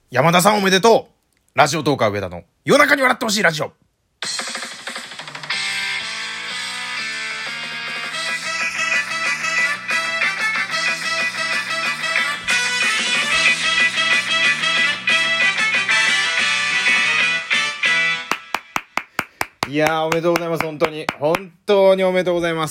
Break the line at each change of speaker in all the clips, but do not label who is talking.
山田さんおめでとう。ラジオトーカー上田の夜中に笑ってほしいラジオ。いやー、おめでとうございます。本当におめでとうございます。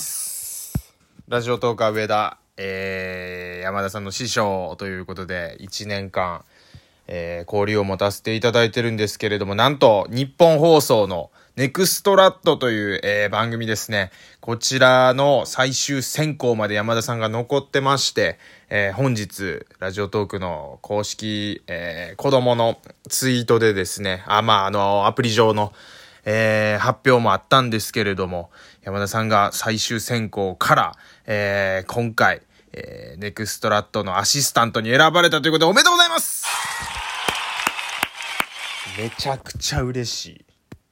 ラジオトーカー上田、山田さんの師匠ということで1年間、交流を持たせていただいてるんですけれども、なんと日本放送のネクストラットという、番組ですね。こちらの最終選考まで山田さんが残ってまして、本日ラジオトークの公式、子供のツイートでですね、アプリ上の発表もあったんですけれども、山田さんが最終選考から、今回、ネクストラットのアシスタントに選ばれたということでおめでとうございます。めちゃくちゃ嬉しい。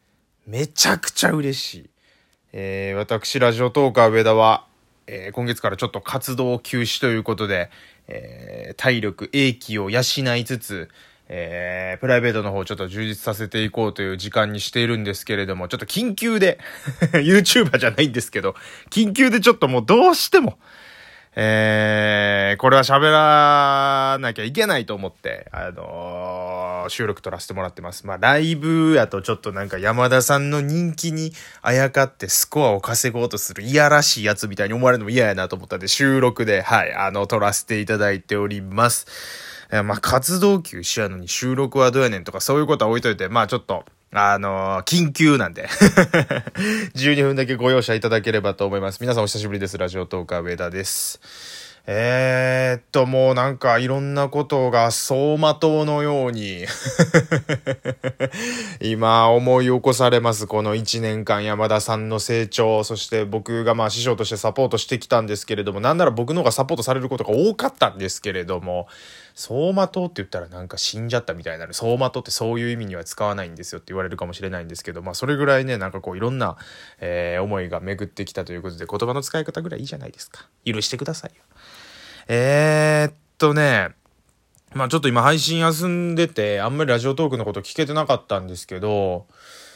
私ラジオトーカー上田は、今月からちょっと活動休止ということで、体力英気を養いつつ、プライベートの方をちょっと充実させていこうという時間にしているんですけれども、ちょっと緊急でYouTuber じゃないんですけど、緊急でちょっともうどうしてもこれは喋らなきゃいけないと思って、収録撮らせてもらってます。ライブやとちょっとなんか山田さんの人気にあやかってスコアを稼ごうとするいやらしいやつみたいに思われるのも嫌やなと思ったんで、収録で、撮らせていただいております。活動休止やのに収録はどうやねんとかそういうことは置いといて、ちょっと、緊急なんで12分だけご容赦いただければと思います。皆さんお久しぶりです。ラジオトーカー上田です。もうなんかいろんなことが走馬灯のように今思い起こされます。この1年間山田さんの成長、そして僕が師匠としてサポートしてきたんですけれども、なんなら僕の方がサポートされることが多かったんですけれども、走馬灯って言ったらなんか死んじゃったみたいなる。走馬灯ってそういう意味には使わないんですよって言われるかもしれないんですけど、それぐらいね、なんかこういろんな、思いが巡ってきたということで、言葉の使い方ぐらいいいじゃないですか。許してくださいよ。ちょっと今配信休んでて、あんまりラジオトークのこと聞けてなかったんですけど、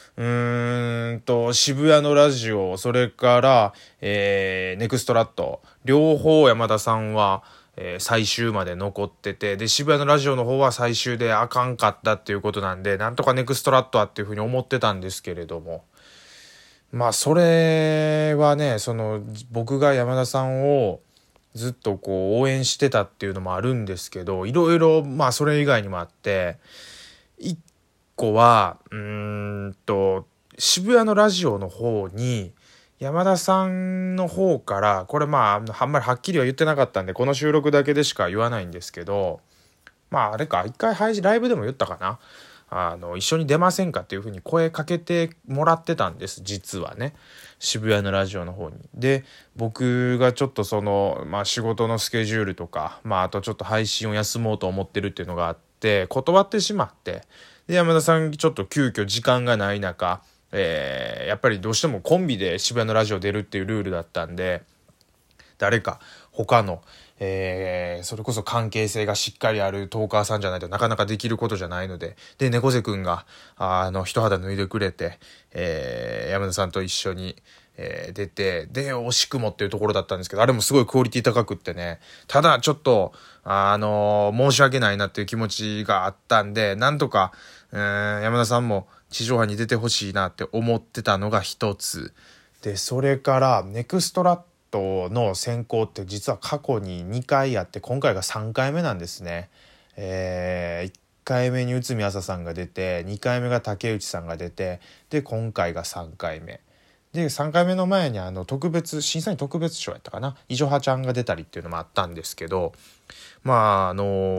渋谷のラジオ、それから、ネクストラット、両方山田さんは、最終まで残ってて、で、渋谷のラジオの方は最終であかんかったっていうことなんで、なんとかネクストラットはっていうふうに思ってたんですけれども、それはね、僕が山田さんを、ずっとこう応援してたっていうのもあるんですけど、いろいろそれ以外にもあって、一個は渋谷のラジオの方に山田さんの方から、これあんまりはっきりは言ってなかったんでこの収録だけでしか言わないんですけど、あれか一回ライブでも言ったかな、一緒に出ませんかっていう風に声かけてもらってたんです、実はね、渋谷のラジオの方に。で、僕がちょっと仕事のスケジュールとか、あとちょっと配信を休もうと思ってるっていうのがあって断ってしまって、で山田さんちょっと急遽時間がない中、やっぱりどうしてもコンビで渋谷のラジオ出るっていうルールだったんで、誰か他のそれこそ関係性がしっかりあるトーカーさんじゃないとなかなかできることじゃないので、で、猫背くんが、一肌脱いでくれて、山田さんと一緒に、出て、で、惜しくもっていうところだったんですけど、あれもすごいクオリティ高くってね、ただちょっと、申し訳ないなっていう気持ちがあったんで、なんとか、山田さんも地上波に出てほしいなって思ってたのが一つ。で、それから、ネクストラットの選考って実は過去に2回あって、今回が3回目なんですね。1回目に内海朝さんが出て、2回目が竹内さんが出て、で今回が3回目で、3回目の前に審査員特別賞やったかな、いじょはちゃんが出たりっていうのもあったんですけど、番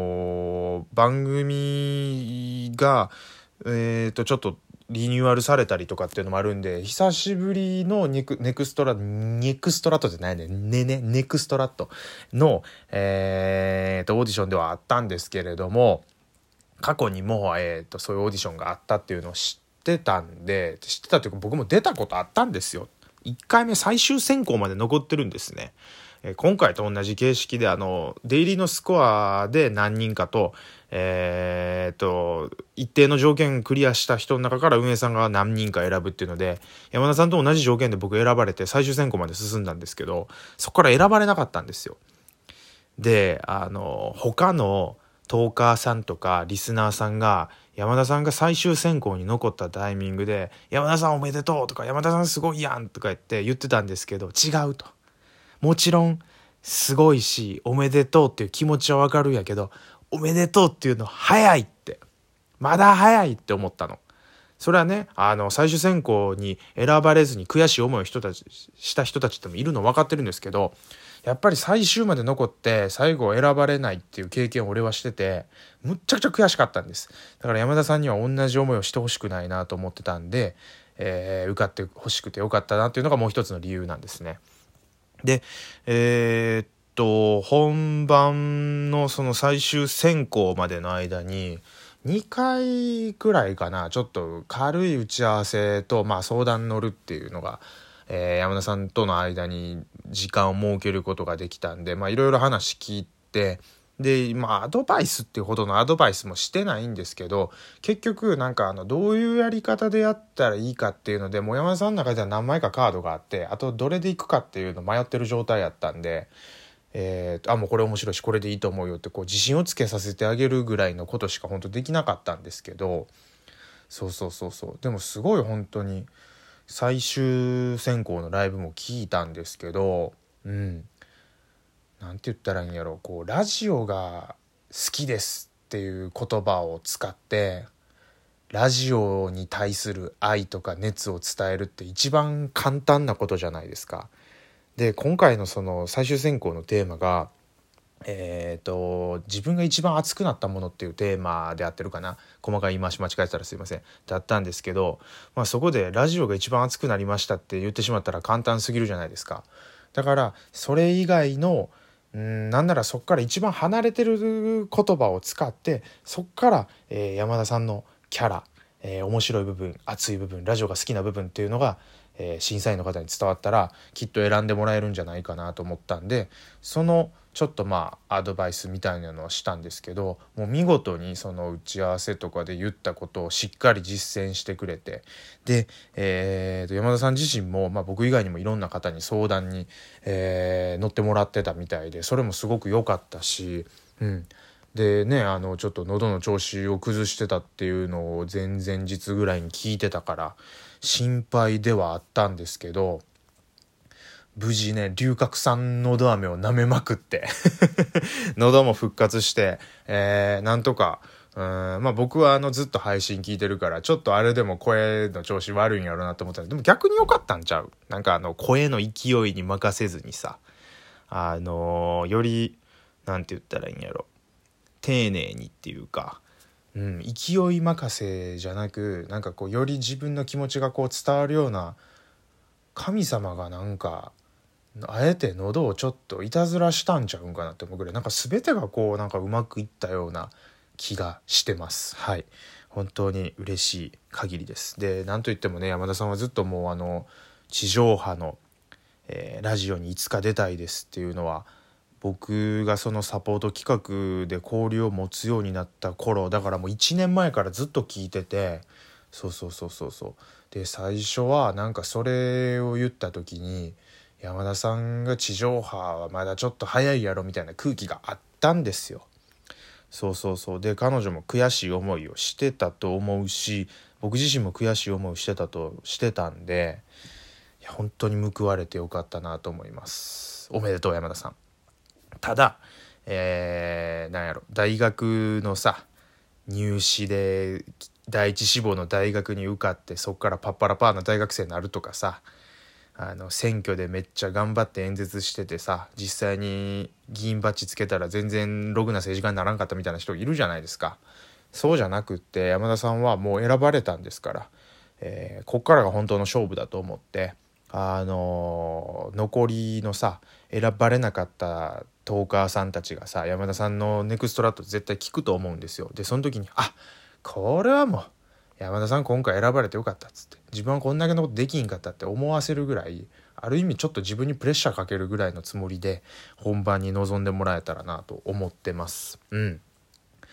組がちょっとリニューアルされたりとかっていうのもあるんで、久しぶりのネクストラットじゃないね、ネクストラットの、オーディションではあったんですけれども、過去にも、そういうオーディションがあったっていうのを知ってたというか、僕も出たことあったんですよ。1回目最終選考まで残ってるんですね。今回と同じ形式で出入りのスコアで何人かと、 一定の条件クリアした人の中から運営さんが何人か選ぶっていうので、山田さんと同じ条件で僕選ばれて最終選考まで進んだんですけど、そこから選ばれなかったんですよ。で、他のトーカーさんとかリスナーさんが山田さんが最終選考に残ったタイミングで山田さんおめでとうとか山田さんすごいやんとか言ってたんですけど、違うと。もちろんすごいしおめでとうっていう気持ちはわかるんやけど、おめでとうっていうの早いって、まだ早いって思ったの。それはね、最終選考に選ばれずに悔しい思いをした人たちってもいるの分かってるんですけど、やっぱり最終まで残って最後選ばれないっていう経験を俺はしてて、むっちゃくちゃ悔しかったんです。だから山田さんには同じ思いをしてほしくないなと思ってたんで、受かってほしくてよかったなっていうのがもう一つの理由なんですね。で、本番のその最終選考までの間に2回くらいかな、ちょっと軽い打ち合わせと、相談乗るっていうのが、山田さんとの間に時間を設けることができたんで、いろいろ話聞いて、で、アドバイスっていうほどのアドバイスもしてないんですけど、結局どういうやり方でやったらいいかっていうので、もう山田さんの中では何枚かカードがあって、あとどれでいくかっていうの迷ってる状態やったんで、もうこれ面白いしこれでいいと思うよって自信をつけさせてあげるぐらいのことしか本当できなかったんですけど、そうでもすごい本当に最終選考のライブも聞いたんですけど、なんて言ったらいいんやろ、ラジオが好きですっていう言葉を使ってラジオに対する愛とか熱を伝えるって一番簡単なことじゃないですか。で、今回のその最終選考のテーマが自分が一番熱くなったものっていうテーマであってるかな、細かい言い回し間違えてたらすいませんだったんですけど、そこでラジオが一番熱くなりましたって言ってしまったら簡単すぎるじゃないですか。だからそれ以外のなんならそっから一番離れてる言葉を使って、そっから、山田さんのキャラ、面白い部分、熱い部分、ラジオが好きな部分っていうのが、審査員の方に伝わったらきっと選んでもらえるんじゃないかなと思ったんで、そのちょっとアドバイスみたいなのはしたんですけど、もう見事にその打ち合わせとかで言ったことをしっかり実践してくれて、で、山田さん自身も、僕以外にもいろんな方に相談に、乗ってもらってたみたいで、それもすごく良かったし、でね、ちょっと喉の調子を崩してたっていうのを前々日ぐらいに聞いてたから心配ではあったんですけど、無事ね、龍角散のど飴を舐めまくって喉も復活して、なんとか僕はずっと配信聞いてるからちょっとあれでも声の調子悪いんやろうなと思ったんでも逆に良かったんちゃう？なんか声の勢いに任せずにさ、よりなんて言ったらいいんやろ、丁寧にっていうか、勢い任せじゃなく、なんかより自分の気持ちが伝わるような、神様がなんかあえて喉をちょっといたずらしたんちゃうんかなって思うぐらい、なんか全てがなんかうまくいったような気がしてます。はい、本当に嬉しい限りです。で、なんといってもね、山田さんはずっともう地上波の、ラジオにいつか出たいですっていうのは、僕がそのサポート企画で交流を持つようになった頃だから、もう1年前からずっと聞いてて、そうで、最初はなんかそれを言った時に山田さんが地上波はまだちょっと早いやろみたいな空気があったんですよ。で、彼女も悔しい思いをしてたと思うし、僕自身も悔しい思いをしてたんで、いや本当に報われてよかったなと思います。おめでとう山田さん。ただ、なんやろ、大学のさ入試で第一志望の大学に受かってそっからパッパラパーな大学生になるとかさ、選挙でめっちゃ頑張って演説しててさ、実際に議員バッジつけたら全然ろくな政治家にならんかったみたいな人いるじゃないですか。そうじゃなくって山田さんはもう選ばれたんですから、こっからが本当の勝負だと思って、残りのさ選ばれなかったトーカーさんたちがさ山田さんのネクストラット絶対聞くと思うんですよ。でその時にこれはもう山田さん今回選ばれてよかったっつって、自分はこんだけのことできんかったって思わせるぐらい、ある意味ちょっと自分にプレッシャーかけるぐらいのつもりで本番に臨んでもらえたらなと思ってます。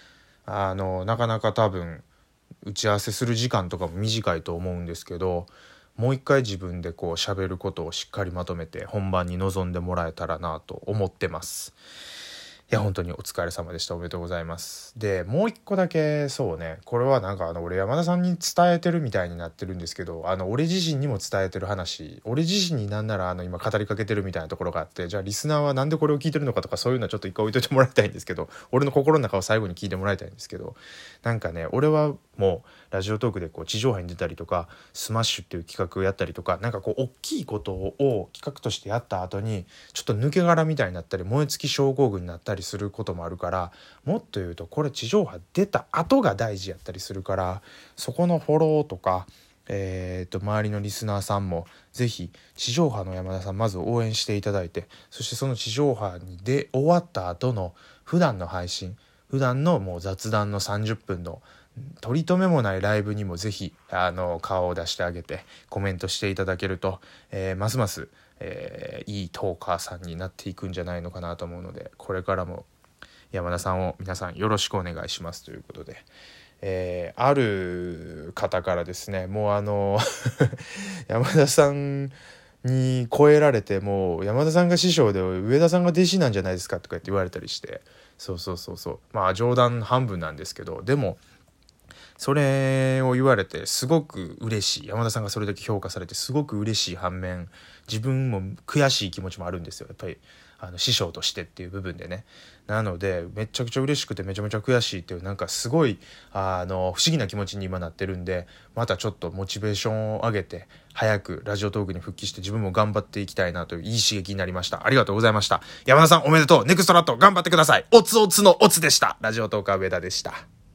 なかなか多分打ち合わせする時間とかも短いと思うんですけど、もう一回自分でこう喋ることをしっかりまとめて本番に臨んでもらえたらなと思ってます。いや本当にお疲れ様でした。おめでとうございます。でもう一個だけ、そうね、これはなんか俺山田さんに伝えてるみたいになってるんですけど、俺自身にも伝えてる話、俺自身になんなら今語りかけてるみたいなところがあって、じゃあリスナーはなんでこれを聞いてるのかとか、そういうのはちょっと一回置いといてもらいたいんですけど、俺の心の中を最後に聞いてもらいたいんですけど、なんかね、俺はもうラジオトークでこう地上波に出たりとか、スマッシュっていう企画をやったりとか、なんかこう大きいことを企画としてやった後にちょっと抜け殻みたいになったり、燃え尽き症候群になったりすることもあるから、もっと言うとこれ地上波出た後が大事やったりするから、そこのフォローとか周りのリスナーさんもぜひ地上波の山田さんまず応援していただいて、そしてその地上波で終わった後の普段の配信、普段のもう雑談の30分の取り留めもないライブにもぜひ顔を出してあげてコメントしていただけると、ますます、いいトーカーさんになっていくんじゃないのかなと思うので、これからも山田さんを皆さんよろしくお願いしますということで、ある方からですね、もう山田さんに超えられて、もう山田さんが師匠で上田さんが弟子なんじゃないですかとかって言われたりして、そうまあ冗談半分なんですけど、でもそれを言われてすごく嬉しい、山田さんがそれだけ評価されてすごく嬉しい反面、自分も悔しい気持ちもあるんですよ、やっぱり師匠としてっていう部分でね。なのでめちゃくちゃ嬉しくてめちゃめちゃ悔しいっていう、なんかすごい不思議な気持ちに今なってるんで、またちょっとモチベーションを上げて早くラジオトークに復帰して自分も頑張っていきたいなといういい刺激になりました。ありがとうございました。山田さんおめでとう。ネクストラット頑張ってください。オツオツのオツでした。ラジオトーカー上田でした。